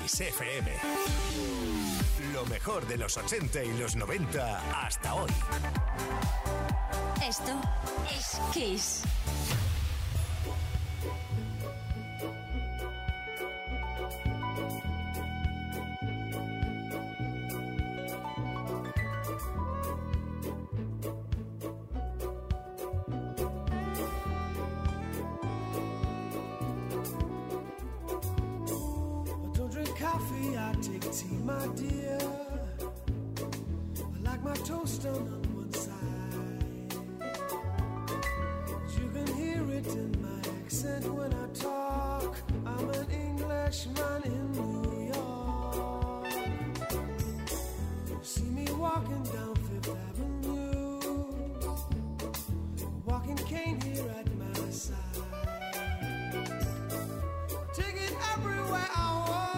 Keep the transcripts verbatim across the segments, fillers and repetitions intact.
Kiss F M. Lo mejor de los ochenta y los noventa hasta hoy. Esto es Kiss. Tea, my dear, I like my toast done on one side. You can hear it in my accent when I talk. I'm an Englishman in New York. You see me walking down Fifth Avenue, walking cane here at my side. Take it everywhere I walk.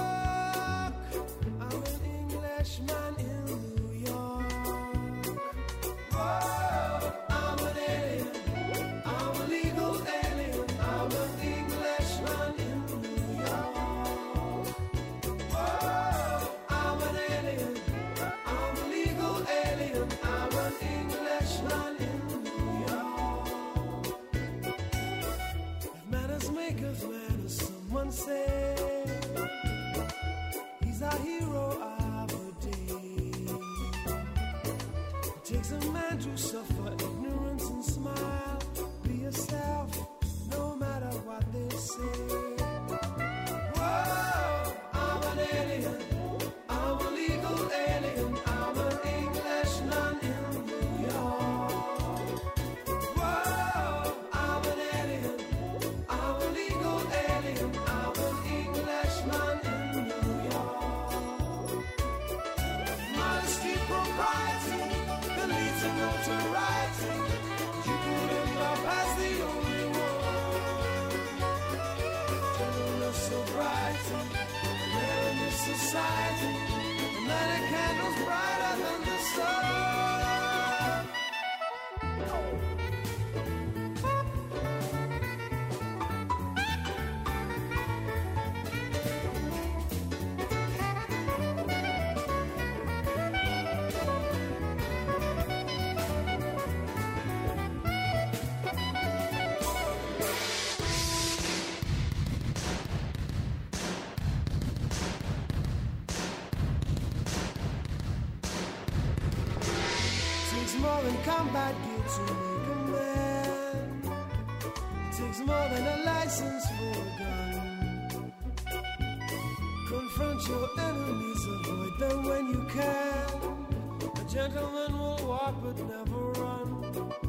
Combat gear to make a man. It takes more than a license for a gun. Confront your enemies, avoid them when you can. A gentleman will walk but never run.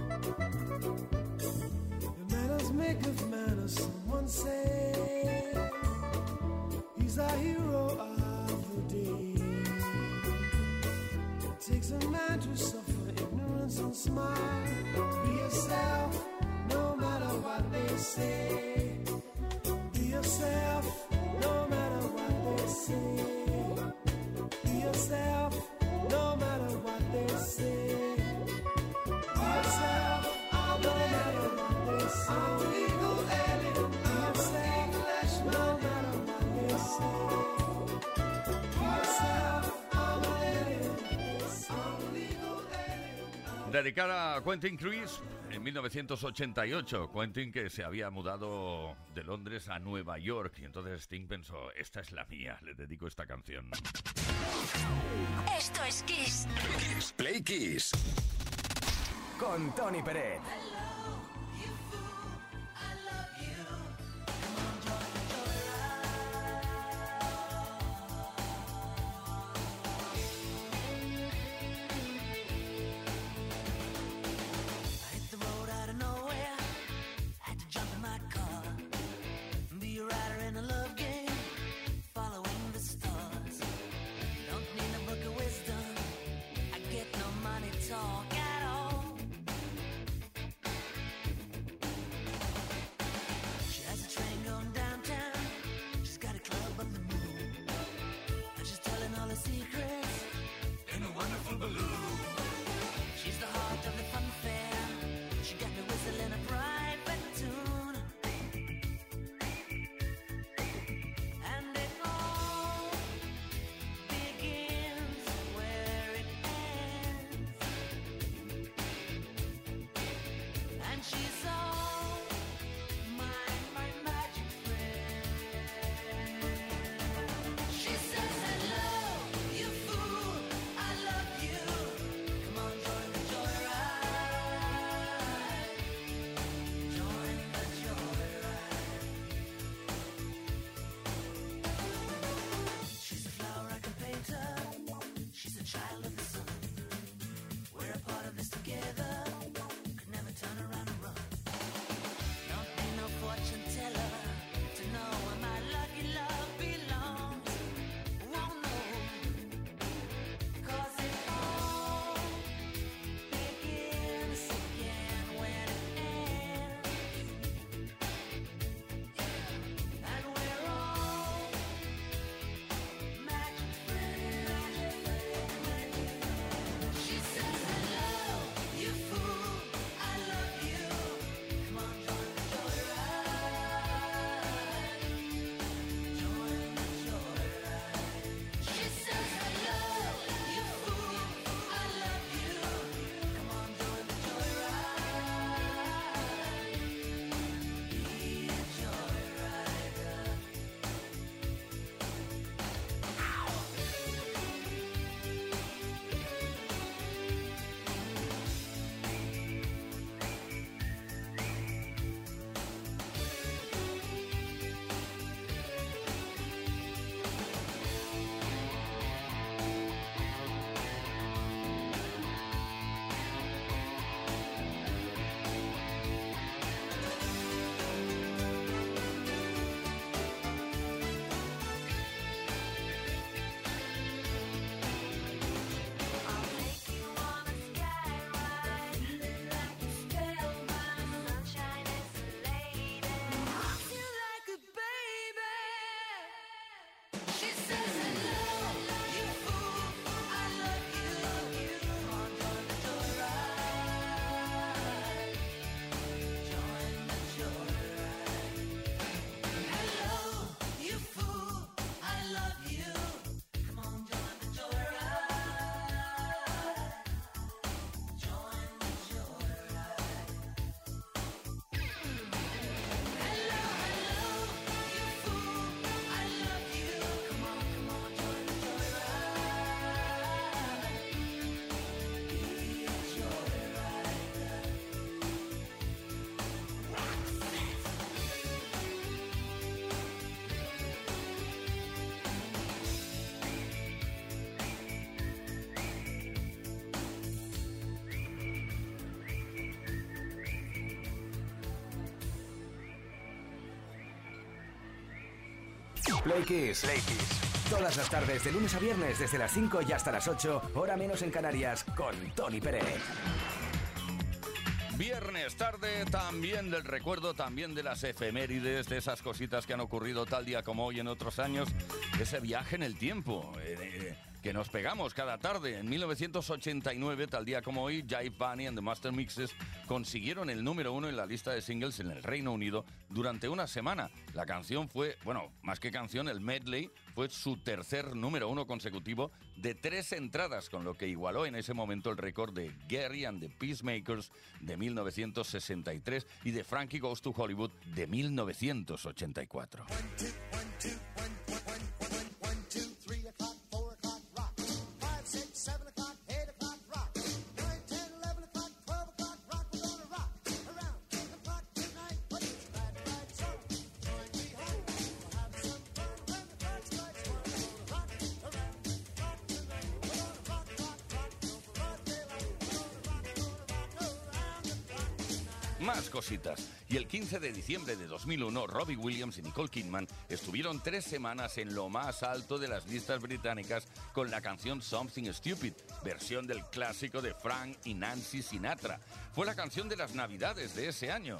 The manners make of manners, someone say. He's a hero of the day. It takes a man to suffer and smile. Be yourself, no matter what they say. Be yourself, no matter what they say. Be yourself, no matter what they say. Be yourself, no matter what they say. I'm a legal alien. Be yourself, no matter what they say. Be yourself, I'm an alien. I'm a legal alien. Dedicada a Quentin Crisp en mil novecientos ochenta y ocho. Quentin, que se había mudado de Londres a Nueva York, y entonces Sting pensó, esta es la mía, le dedico esta canción. Esto es Kiss. Kiss Play Kiss con Tony Pérez. Talk at all. Play Kiss. Play Kiss. Todas las tardes, de lunes a viernes, desde las cinco y hasta las ocho, hora menos en Canarias, con Tony Pérez. Viernes tarde, también del recuerdo, también de las efemérides, de esas cositas que han ocurrido tal día como hoy en otros años, ese viaje en el tiempo eh, eh, que nos pegamos cada tarde. En mil novecientos ochenta y nueve, tal día como hoy, Jive Bunny and the Master Mixes consiguieron el número uno en la lista de singles en el Reino Unido durante una semana. La canción fue, bueno, más que canción, el medley fue su tercer número uno consecutivo de tres entradas, con lo que igualó en ese momento el récord de Gary and the Peacemakers de mil novecientos sesenta y tres y de Frankie Goes to Hollywood de mil novecientos ochenta y cuatro. Más cositas. Y el quince de diciembre de dos mil uno, Robbie Williams y Nicole Kidman estuvieron tres semanas en lo más alto de las listas británicas con la canción Something Stupid, versión del clásico de Frank y Nancy Sinatra. Fue la canción de las Navidades de ese año.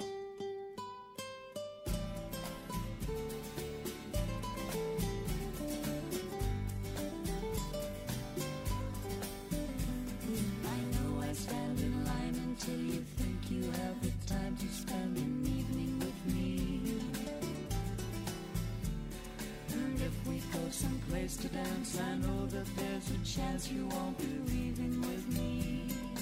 To dance, I know that there's a chance you won't be leaving with me.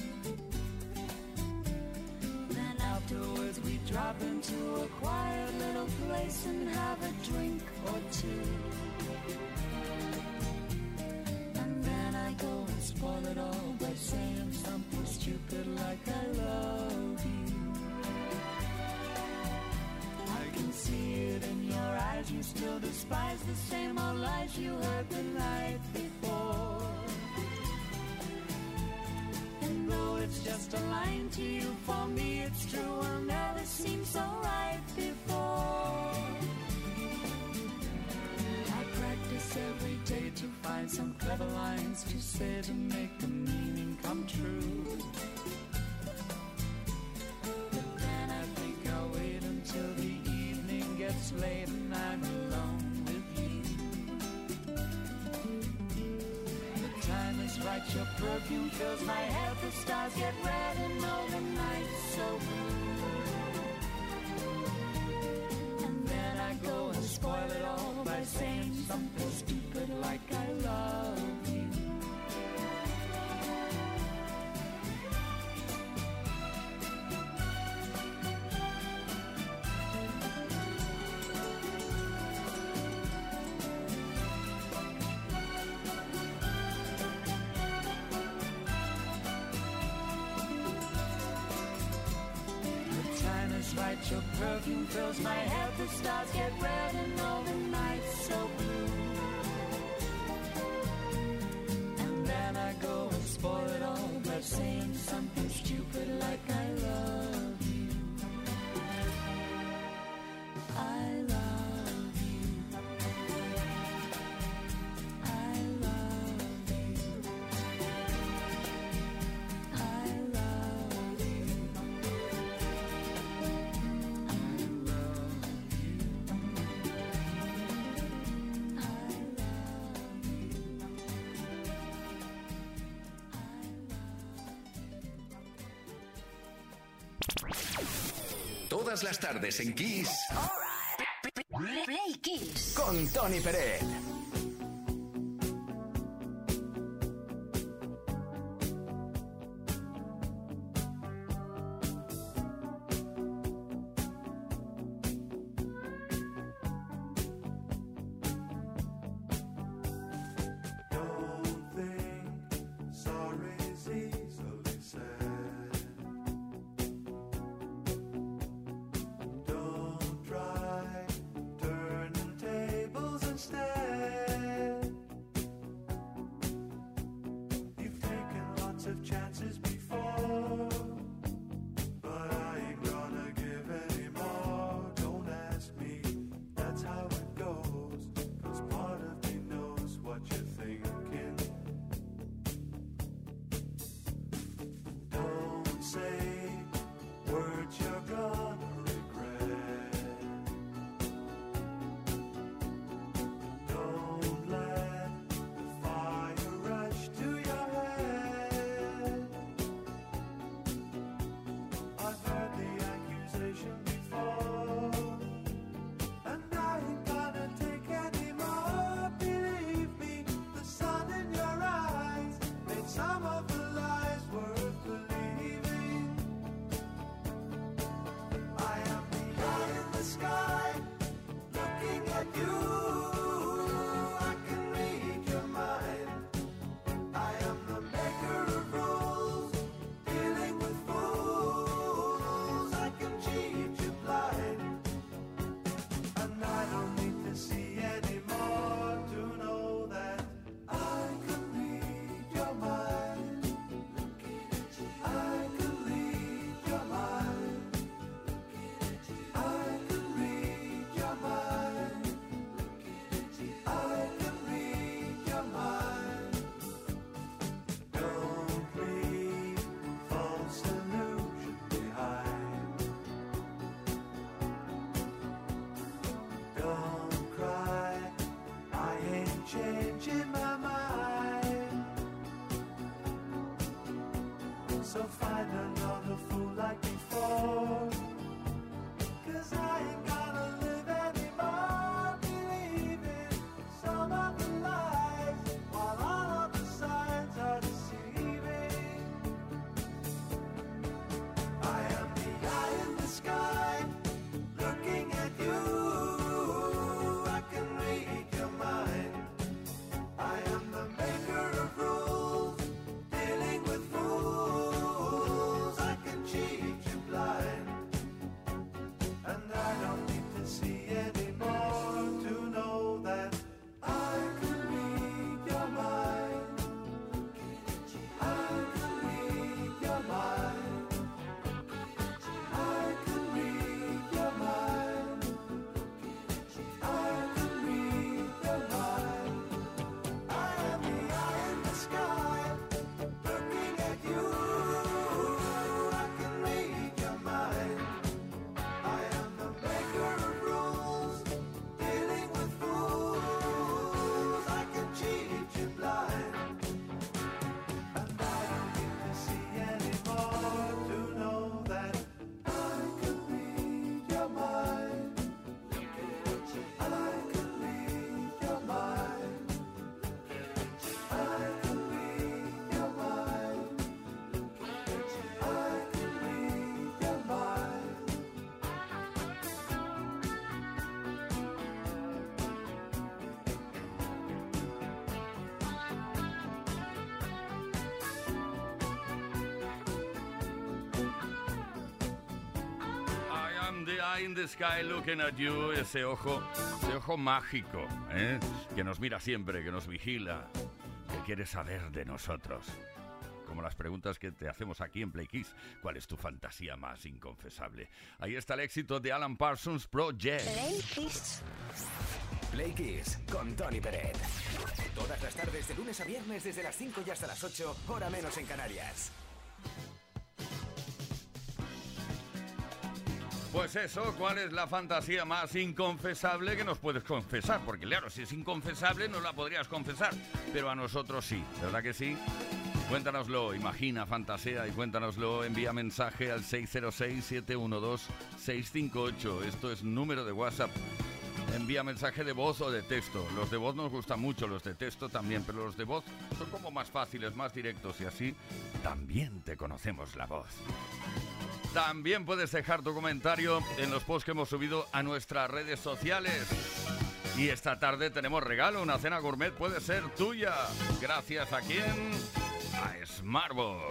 Then afterwards we drop into a quiet little place and have a drink or two. And then I go and spoil it all by saying something stupid like I love you. I can see it in your eyes, you still despise the same old lies you heard the night before. And though it's just a line to you, for me it's true, will never seem so right before. I practice every day to find some clever lines to say to make the meaning come true. But then I think I'll wait until the gets late and I'm alone with you. The time is right, your perfume fills my head, the stars get red and all the night's so blue. And then I go and spoil it all by saying something stupid like I love you. Right, your perfume fills my head, the stars get red and all the night's so blue. And then I go and spoil it all by saying something stupid like I love you. I love you. I love you. I love you. Todas las tardes en Kiss. Right. Play Kiss. Con Tony Pérez. So find another fool like before, 'cause I ain't gotta live anymore believing some of the lies, while all of the signs are deceiving. I am the eye in the sky, looking at you. I can read your mind. I am the maker of rules, dealing with fools. I can cheat you blind, and I don't need to see anymore to know that I can read your mind. I can read your mind. I can read your mind. I can read your mind. I am the eye in the sky, looking at you. I can read your mind. I am the maker of rules, dealing with fools. I can cheat you blind, and I don't need to see anymore to know that I can read your mind. I can read your mind. I can read your mind. I can read your mind. I am the eye in the sky looking at you, ese ojo, ese ojo mágico, ¿eh? Que nos mira siempre, que nos vigila, que quiere saber de nosotros. Como las preguntas que te hacemos aquí en Play Kiss. ¿Cuál es tu fantasía más inconfesable? Ahí está el éxito de Alan Parsons Project. Play Kiss. Play Kiss con Tony Peret. Todas las tardes de lunes a viernes desde las cinco y hasta las ocho, hora menos en Canarias. Pues eso, ¿cuál es la fantasía más inconfesable que nos puedes confesar? Porque claro, si es inconfesable no la podrías confesar, pero a nosotros sí, ¿verdad que sí? Cuéntanoslo, imagina, fantasea y cuéntanoslo, envía mensaje al seis cero seis, siete uno dos, seis cinco ocho, esto es número de WhatsApp. Envía mensaje de voz o de texto. Los de voz nos gustan mucho, los de texto también, pero los de voz son como más fáciles, más directos y así también te conocemos la voz. También puedes dejar tu comentario en los posts que hemos subido a nuestras redes sociales. Y esta tarde tenemos regalo, una cena gourmet puede ser tuya. Gracias a quién? A Smartbox.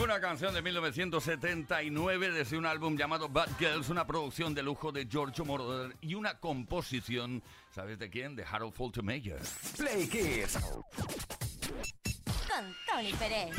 Una canción de mil novecientos setenta y nueve desde un álbum llamado Bad Girls, una producción de lujo de Giorgio Moroder y una composición, ¿sabes de quién? De Harold Faltermeyer. Play Kiss con Tony Pérez.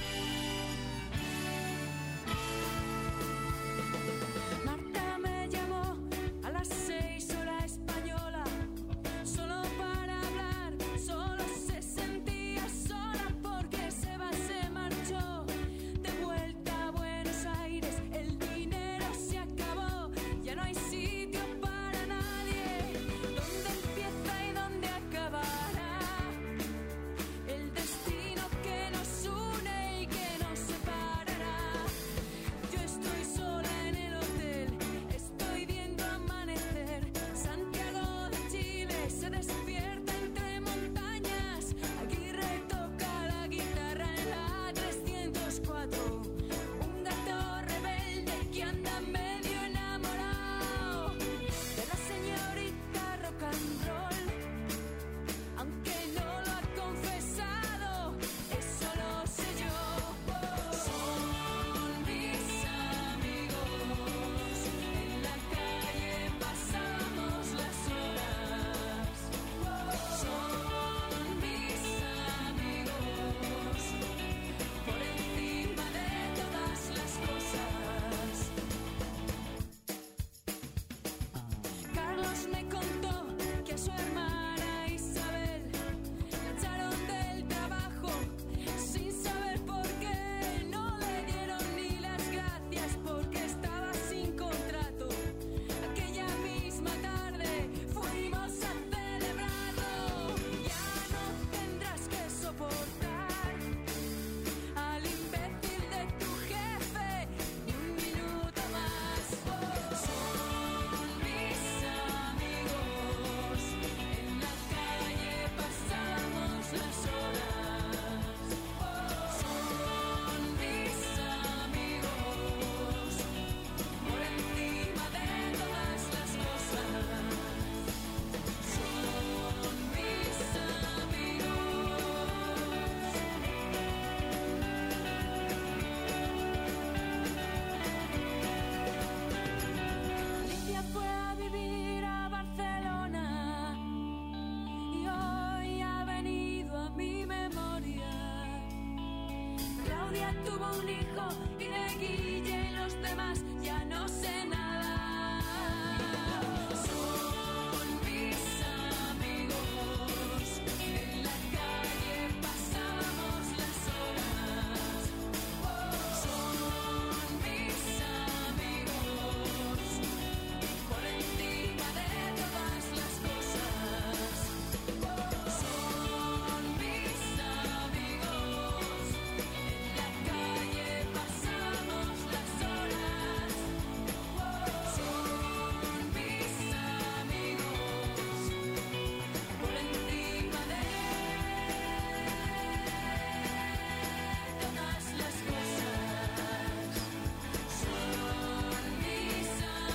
Marta me llamó a las seis hora española, solo para hablar, solo se sentía sola porque Seba se marchó. De vuelta a Buenos Aires, el dinero se acabó, ya no hay sitio para nadie. ¿Dónde empieza y dónde acabará el destino que nos une y que nos separará? Yo estoy sola en el hotel, estoy viendo amanecer. Santiago de Chile se despierta entre montañas. Aguirre toca la guitarra en la trescientos cuatro. Un gato rebelde que anda medio enamorado de la señorita rock and roll. Aunque no lo ha confesado, eso lo sé yo. Son mis amigos, en la calle pasamos las horas. Son mis amigos, por encima de todas las cosas. Carlos me contó que a su hermana Isabel la echaron del trabajo sin saber por qué. No le dieron ni las gracias porque estaba sin contrato. Aquella misma tarde fuimos a celebrarlo. Ya no tendrás que soportar al imbécil de tu jefe ni un minuto más. Son mis amigos, en la calle pasamos las horas. Son mis amigos, por encima de todas las cosas. Son mis amigos. Alicia fue a vivir a Barcelona y hoy ha venido a mi memoria. Claudia tuvo un hijo y de Guille y los demás ya no sé nada. Son mis amigos, en la calle pasamos las horas. Son mis amigos, por encima de todas las cosas. Son mis amigos, en la calle pasamos las horas. Son mis amigos, por encima de todas las cosas. Son mis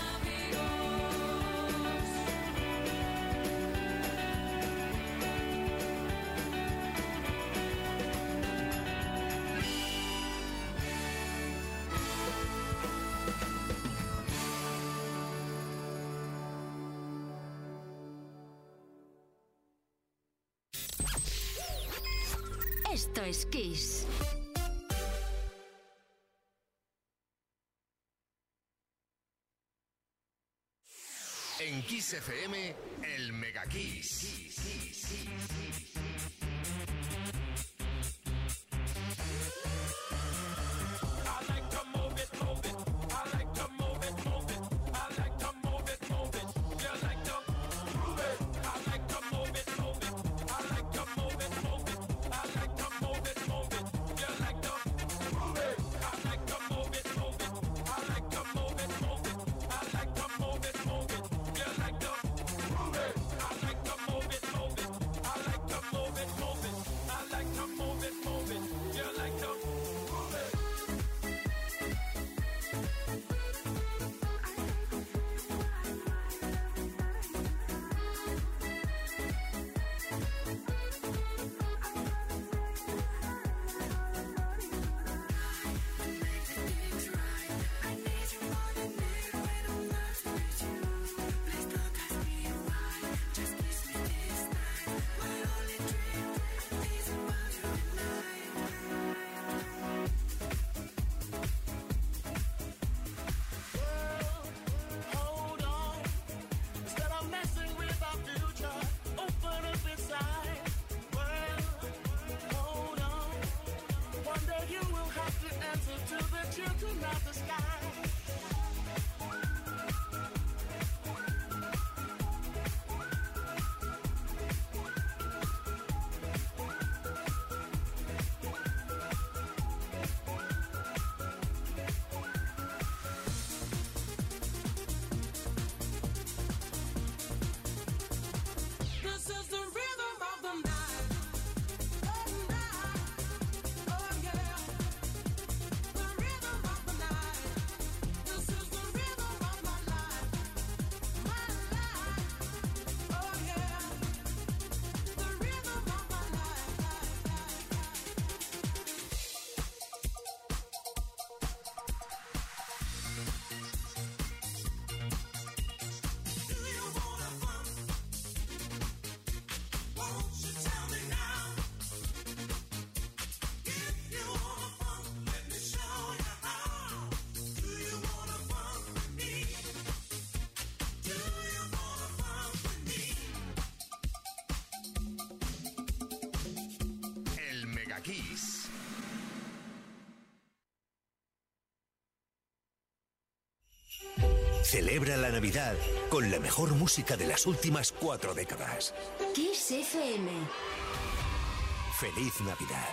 Esto es Kiss. En Kiss F M, el Mega Kiss. Celebra la Navidad con la mejor música de las últimas cuatro décadas. Kiss F M. Feliz Navidad.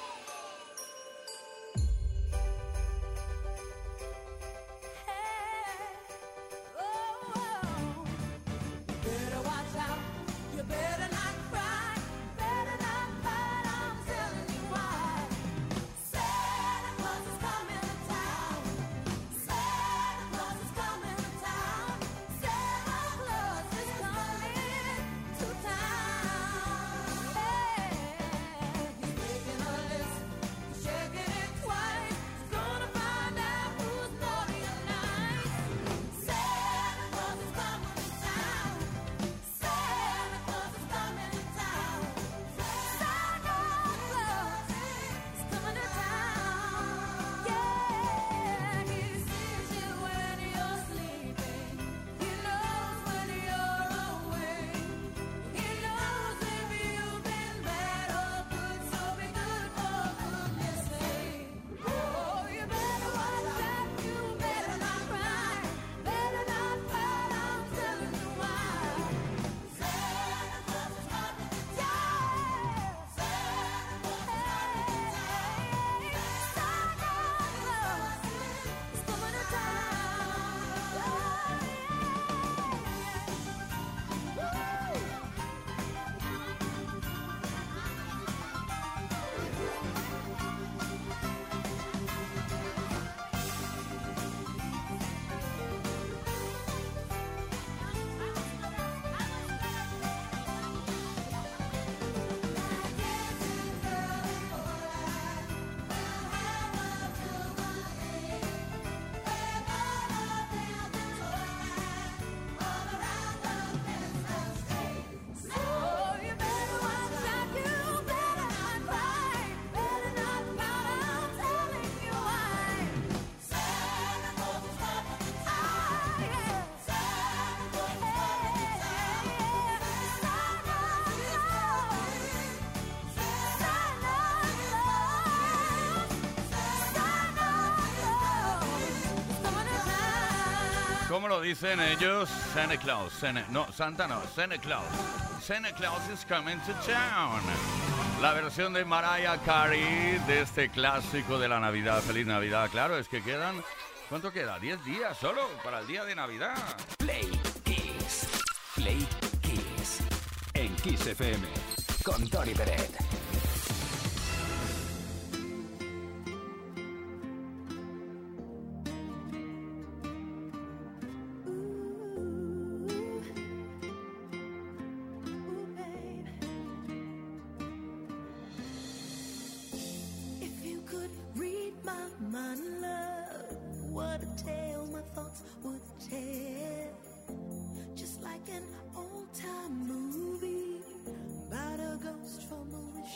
¿Cómo lo dicen ellos? Santa Claus. Santa, no, Santa no, Santa Claus. Santa Claus is coming to town. La versión de Mariah Carey de este clásico de la Navidad. Feliz Navidad. Claro, es que quedan... ¿Cuánto queda? ¿diez días solo para el día de Navidad? Play Kiss. Play Kiss. En Kiss F M. Con Tony Peret. An old-time movie about a ghost from a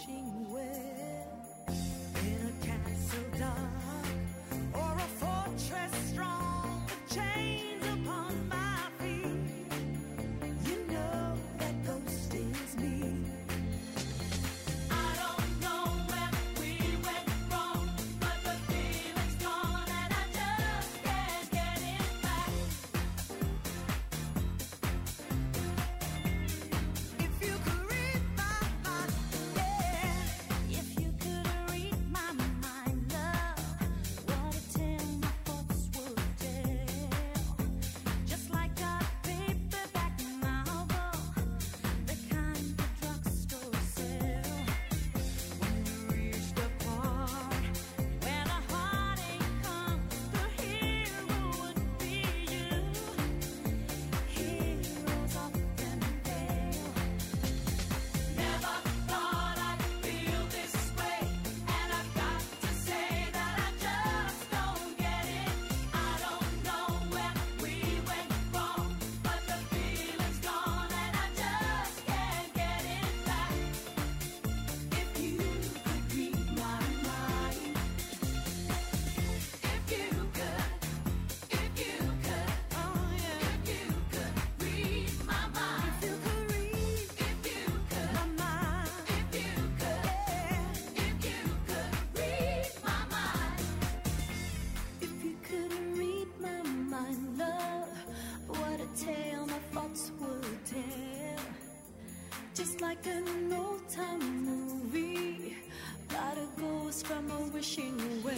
just like an old-time movie about a ghost from a wishing well.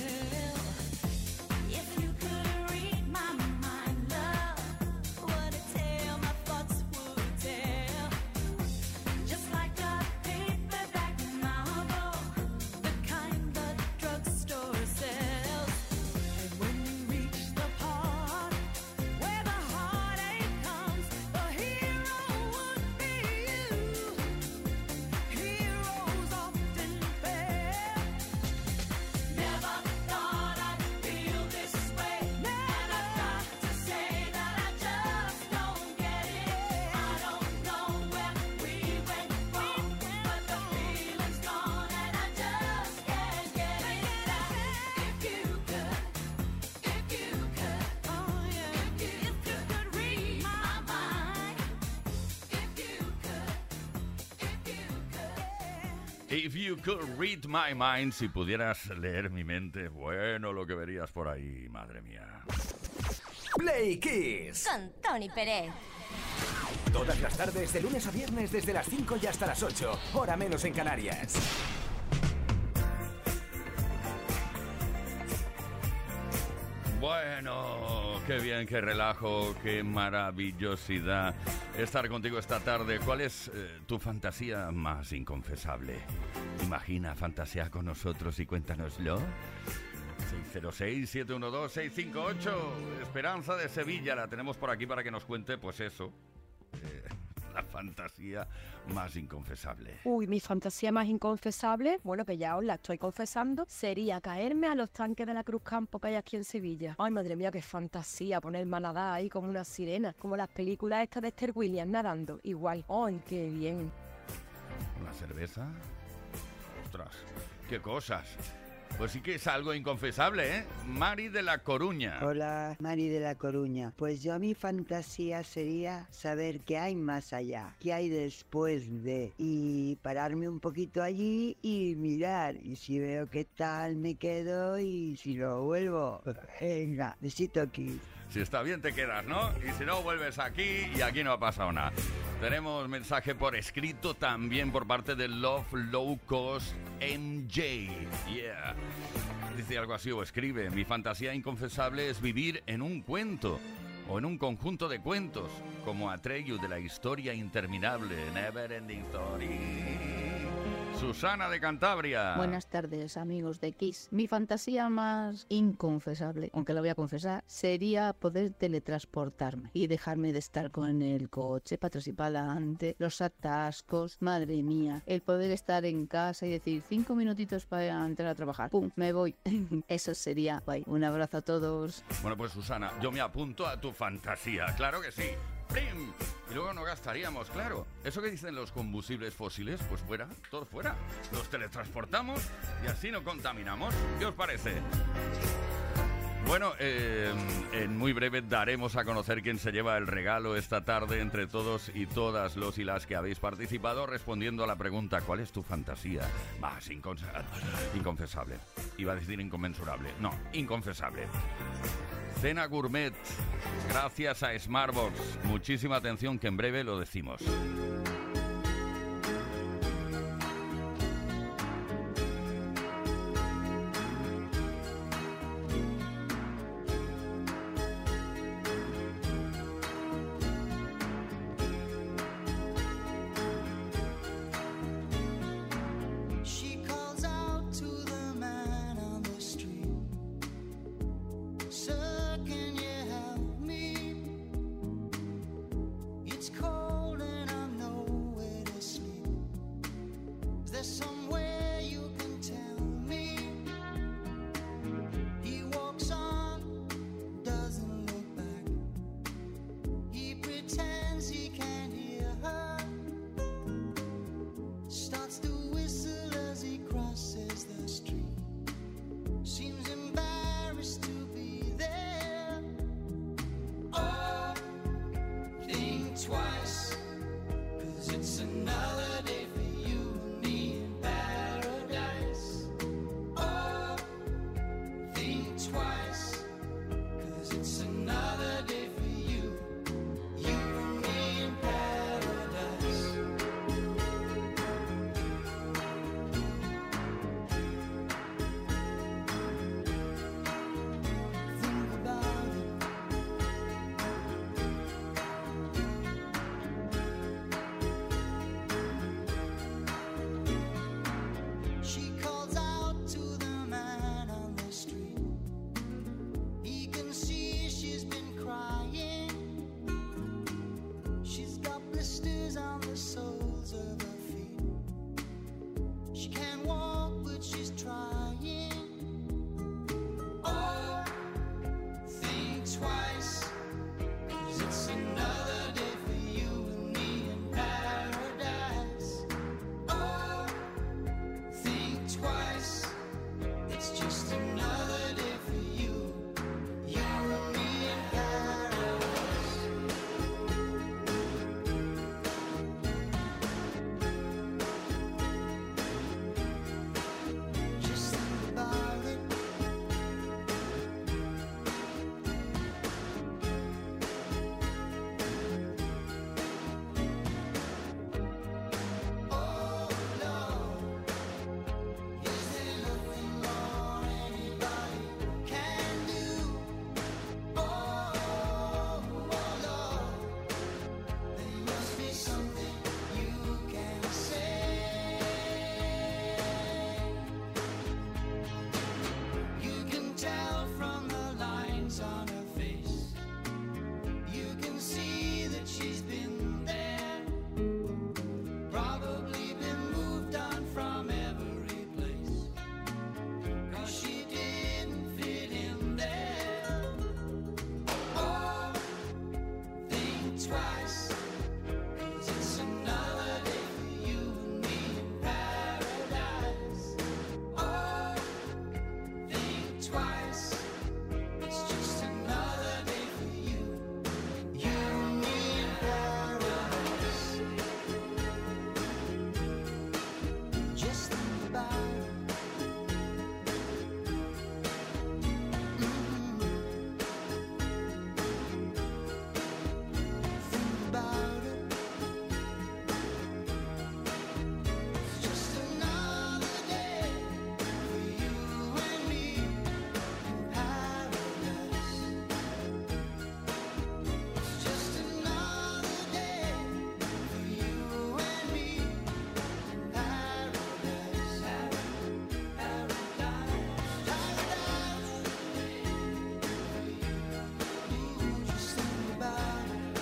If you could read my mind, love, what a tale my thoughts would tell. Just like a paperback novel, the kind the drugstore sells. And when you reach the part where the heartache comes, the hero would be you. Heroes often fail. Never thought I'd feel this way, and I've got to say that I just don't get it. I don't know where we went wrong, but the feeling's gone, and I just can't get it back. If you could, if you could, oh yeah, if you, if you could read my mind, if you could, if you could. If you could read my mind, si pudieras leer mi mente, bueno, lo que verías por ahí, madre mía. Play Kiss. Con Tony Pérez. Todas las tardes, de lunes a viernes, desde las cinco y hasta las ocho. Hora menos en Canarias. Bueno, qué bien, qué relajo, qué maravillosidad estar contigo esta tarde. ¿Cuál es eh, tu fantasía más inconfesable? Imagina, fantasea con nosotros y cuéntanoslo. seis cero seis, siete uno dos, seis cinco ocho. Esperanza de Sevilla, la tenemos por aquí para que nos cuente, pues eso, eh, la fantasía más inconfesable. Uy, mi fantasía más inconfesable, bueno, que ya os la estoy confesando, sería caerme a los tanques de la Cruz Campo que hay aquí en Sevilla. Ay, madre mía, qué fantasía, ponerme a nadar ahí como una sirena, como las películas estas de Esther Williams nadando, igual. Ay, qué bien. ¿Una cerveza? Ostras, qué cosas. Pues sí que es algo inconfesable, ¿eh? Mari de La Coruña. Hola, Mari de La Coruña. Pues yo mi fantasía sería saber qué hay más allá, qué hay después de, y pararme un poquito allí y mirar, y si veo qué tal me quedo y si no vuelvo. Venga, besito aquí. Si está bien te quedas, ¿no? Y si no, vuelves aquí y aquí no ha pasado nada. Tenemos mensaje por escrito también por parte de Love Low Cost M J. Yeah. Dice algo así o escribe: mi fantasía inconfesable es vivir en un cuento o en un conjunto de cuentos como Atreyu de la historia interminable, Never Ending Story. Susana de Cantabria. Buenas tardes, amigos de Kiss. Mi fantasía más inconfesable, aunque lo voy a confesar, sería poder teletransportarme y dejarme de estar con el coche para atrás y para adelante, los atascos, madre mía, el poder estar en casa y decir cinco minutitos para entrar a trabajar, pum, me voy. Eso sería guay. Un abrazo a todos. Bueno, pues Susana, yo me apunto a tu fantasía, claro que sí. ¡Plim! Y luego no gastaríamos, claro. Eso que dicen los combustibles fósiles, pues fuera, todo fuera. Los teletransportamos y así no contaminamos. ¿Qué os parece? Bueno, eh, en muy breve daremos a conocer quién se lleva el regalo esta tarde entre todos y todas los y las que habéis participado respondiendo a la pregunta: ¿cuál es tu fantasía más inconse- inconfesable? Iba a decir inconmensurable. No, inconfesable. Cena gourmet, gracias a Smartbox. Muchísima atención que en breve lo decimos. She calls out to the man on the street. Sir, can you help me? It's cold and I'm no twice. 'Cause it's another day for you and me in paradise. Oh, think twice. It's just another day for you. You and me in paradise. Just think about it. Mm-hmm. Think about it. It's just another day for you and me in paradise. It's just another day for you and me in paradise. Paradise. Paradise. Ooh, just think about it.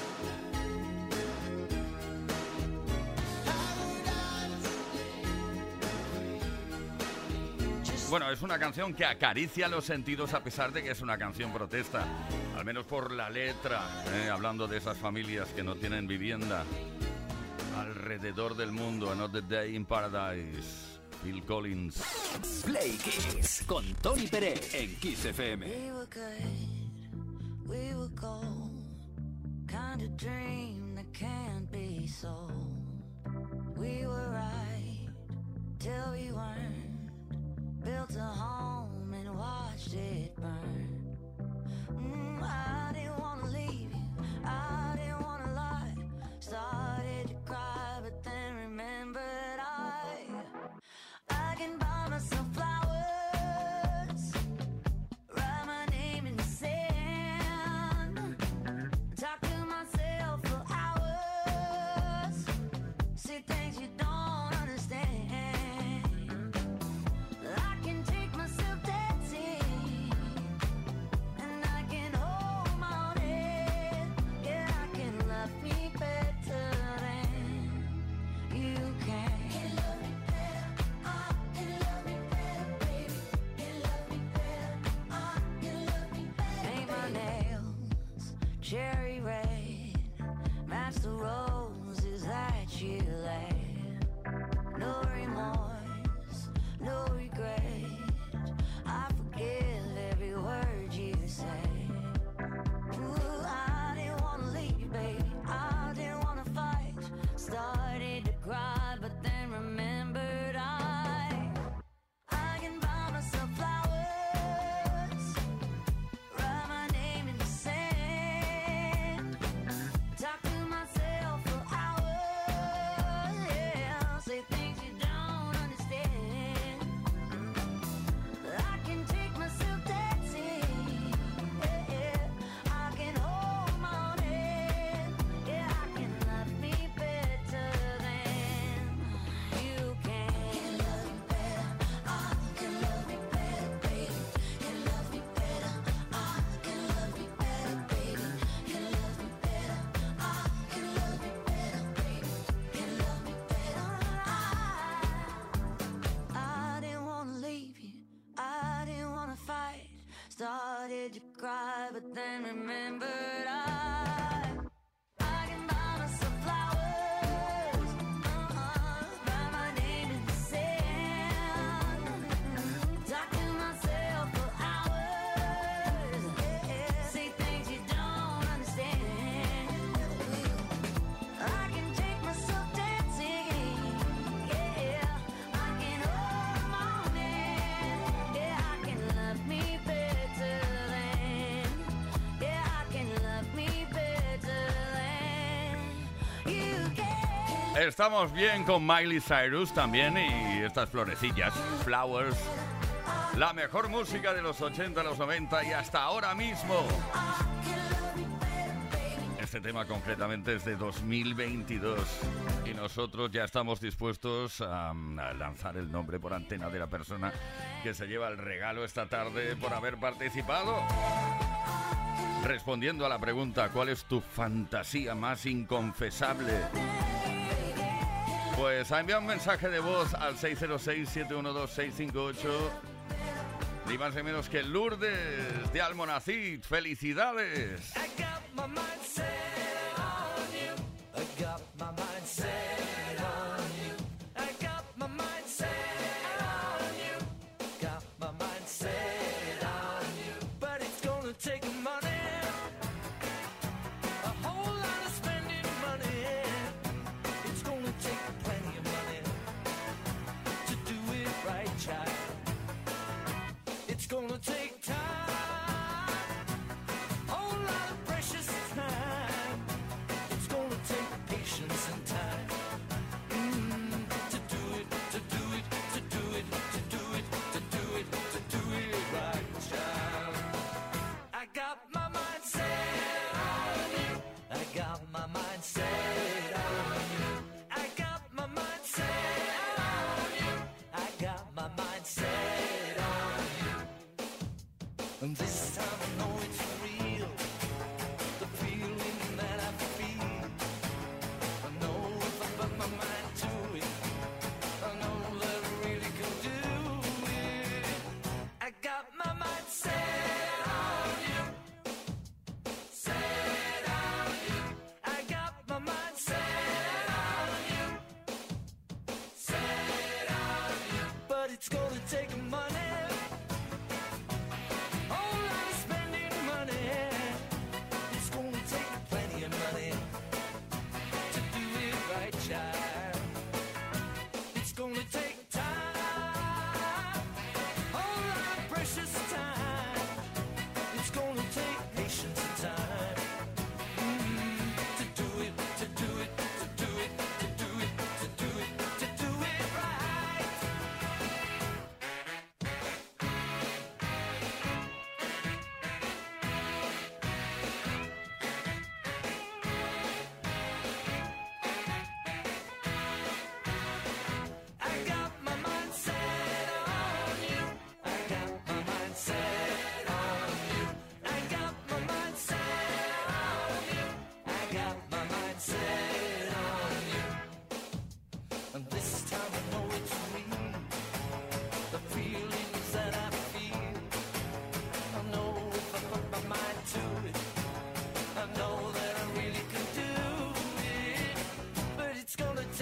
Paradise. Bueno, es una canción que acaricia los sentidos a pesar de que es una canción protesta, al menos por la letra, ¿eh? Hablando de esas familias que no tienen vivienda alrededor del mundo. Another Day in Paradise, Phil Collins. Play Kiss con Tony Pérez en Kiss F M. We were good, we were gold. Kind of dream that can't be sold. We were right till we weren't. Built a home and watched it burn. Mm, I didn't wanna leave you, I didn't wanna lie. Started to cry, but then remembered I I can buy myself flowers, write my name in the sand, talk to myself for hours, see things you don't understand. I can take myself dancing, and I can hold my own head. Yeah, I can love me better than you can. Can love me better, I can love me better, baby. Can love me better, I can love me better. Paint my nails cherry red, match the roses that you laid. No remorse, no regret. I forgive every word you say. Ooh, I didn't wanna leave, baby. I didn't wanna fight. Started to cry, but then remembered I I can buy myself flowers, write my name in the sand, talk to myself for hours, yeah, say things you don't understand. I can take myself dancing, yeah, yeah. I can hold my own head, yeah, I can love me better than you can. Can love me better, I can love me better, baby. Can love me better, I can love me better, baby. Can love me better, I can love me better, baby. Can love me better, I I didn't wanna leave you, I didn't wanna fight. Started to cry, but then remembered I I can buy myself flowers, uh-uh, write my name in the sand, talk to myself for hours, yeah, say things you don't understand. I can take myself dancing, yeah, I can hold my own hand, yeah, I can love me better than, yeah, I can love me better than you can. Estamos bien con Miley Cyrus también y estas florecillas, Flowers. La mejor música de los ochenta, los noventa y hasta ahora mismo. Este tema concretamente es de dos mil veintidós y nosotros ya estamos dispuestos a, a lanzar el nombre por antena de la persona que se lleva el regalo esta tarde por haber participado. Respondiendo a la pregunta, ¿cuál es tu fantasía más inconfesable? Pues ha enviado un mensaje de voz al seis cero seis, siete uno dos, seis cinco ocho. Ni más ni menos que Lourdes de Almonacid. ¡Felicidades! I got my mind set on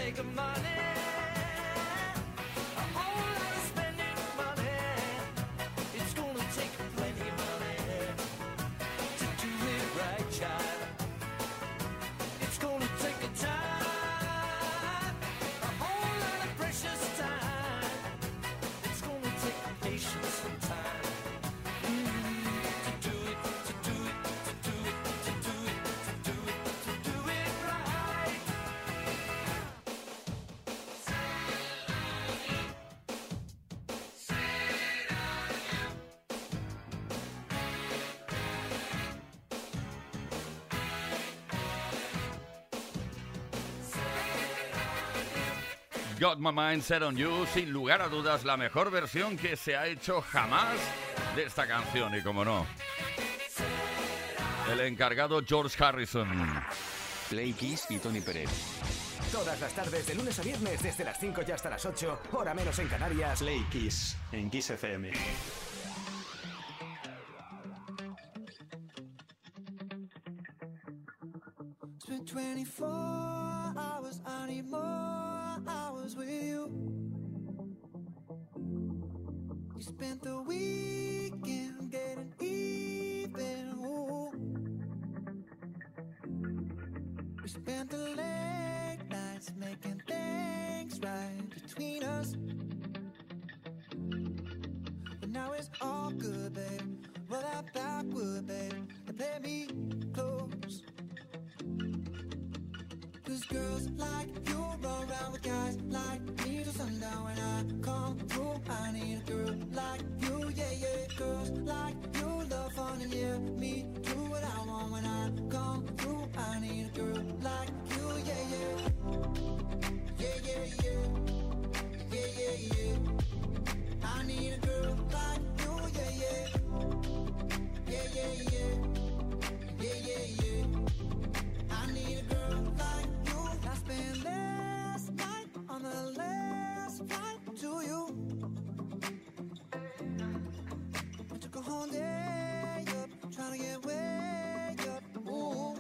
making money, a whole lot of spending money. It's gonna take plenty of money to do it right, child. It's gonna take a time, a whole lot of precious time. It's gonna take patience and time mm, to do it, to do it, to do it, to do it, to do it, to do it right. Got My Mind Set on You, sin lugar a dudas, la mejor versión que se ha hecho jamás de esta canción. Y como no, el encargado George Harrison. Play Kiss y Tony Pérez. Todas las tardes, de lunes a viernes, desde las cinco y hasta las ocho, hora menos en Canarias. Play Kiss, en Kiss F M. Spent twenty-four hours, I need more hours with you. We spent the weekend getting even. Ooh. We spent the late nights making things right between us. But now it's all good, babe. Roll that backward, babe, and play me close. Cause girls like you run around with guys like me till sundown. When I come through, I need a girl like you, yeah, yeah. Girls like you love fun and yeah, me do what I want. When I come through, I need a girl like you, yeah, yeah. Yeah, yeah, yeah. Yeah, yeah, yeah. I need a girl like you, yeah, yeah. Yeah, yeah, yeah. Yeah, yeah, yeah. I need a girl like you. I spent last night on the last flight to you. I took a whole day up, trying to get way up. Ooh.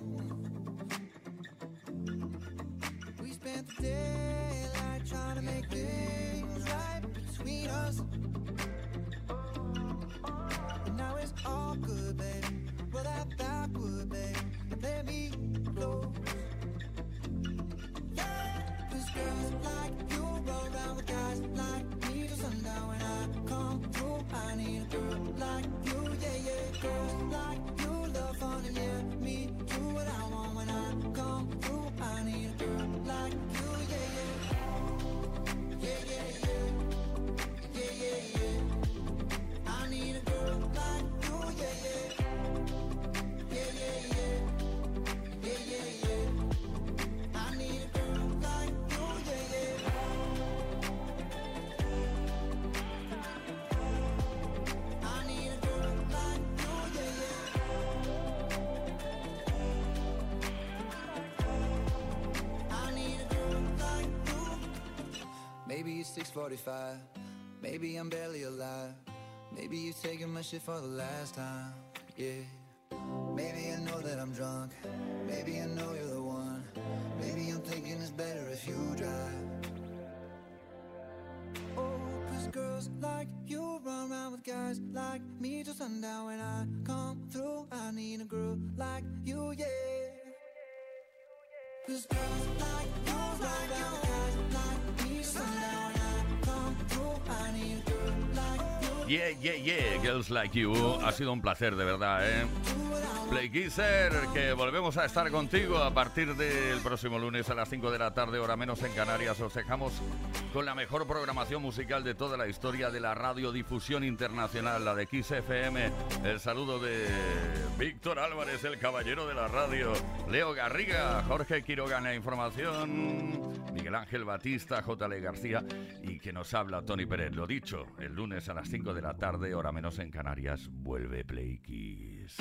We spent the daylight trying to make things right between us. And now it's all good, baby. Roll that backward, baby, and play me close. Cause girls like you roll around with guys like me till sundown. When I come through, I need a girl like you, yeah, yeah. Girls like you love fun and yeah, me do what I want. When I come through, I need a girl like you, yeah, yeah. Yeah, yeah, yeah. Yeah, yeah, yeah. I need a girl like you, yeah, yeah. Yeah, yeah, yeah. Yeah, yeah, yeah. I need a girl like you, yeah, yeah. I need a girl like you, yeah, yeah. I need a girl like you. Maybe it's six forty-five. Maybe I'm barely alive. Maybe you're taking my shit for the last time, yeah. Maybe I know that I'm drunk. Maybe I know you're the one. Maybe I'm thinking it's better if you drive. Oh, cause girls like you run around with guys like me till sundown. When I come through, I need a girl like you, yeah. Cause girls like you run around with guys like me till sundown. When I come through, I need a girl like you. Yeah, yeah, yeah, Girls Like You. Ha sido un placer, de verdad, ¿eh? Play Kisser, que volvemos a estar contigo a partir del próximo lunes a las cinco de la tarde, hora menos en Canarias. Os dejamos con la mejor programación musical de toda la historia de la radiodifusión internacional, la de Kiss F M. El saludo de Víctor Álvarez, el caballero de la radio, Leo Garriga, Jorge Quiroga en la información, Miguel Ángel Batista, J L García y que nos habla Tony Pérez. Lo dicho, el lunes a las cinco de la tarde, hora menos en Canarias, vuelve Play Kiss.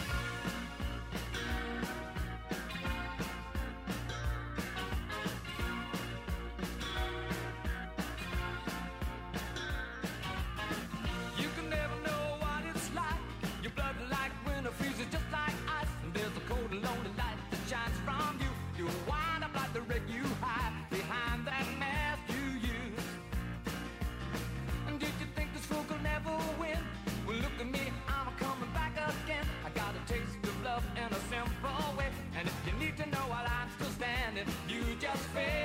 Lonely light that shines from you. You wind up like the wreck you hide behind that man. just fade.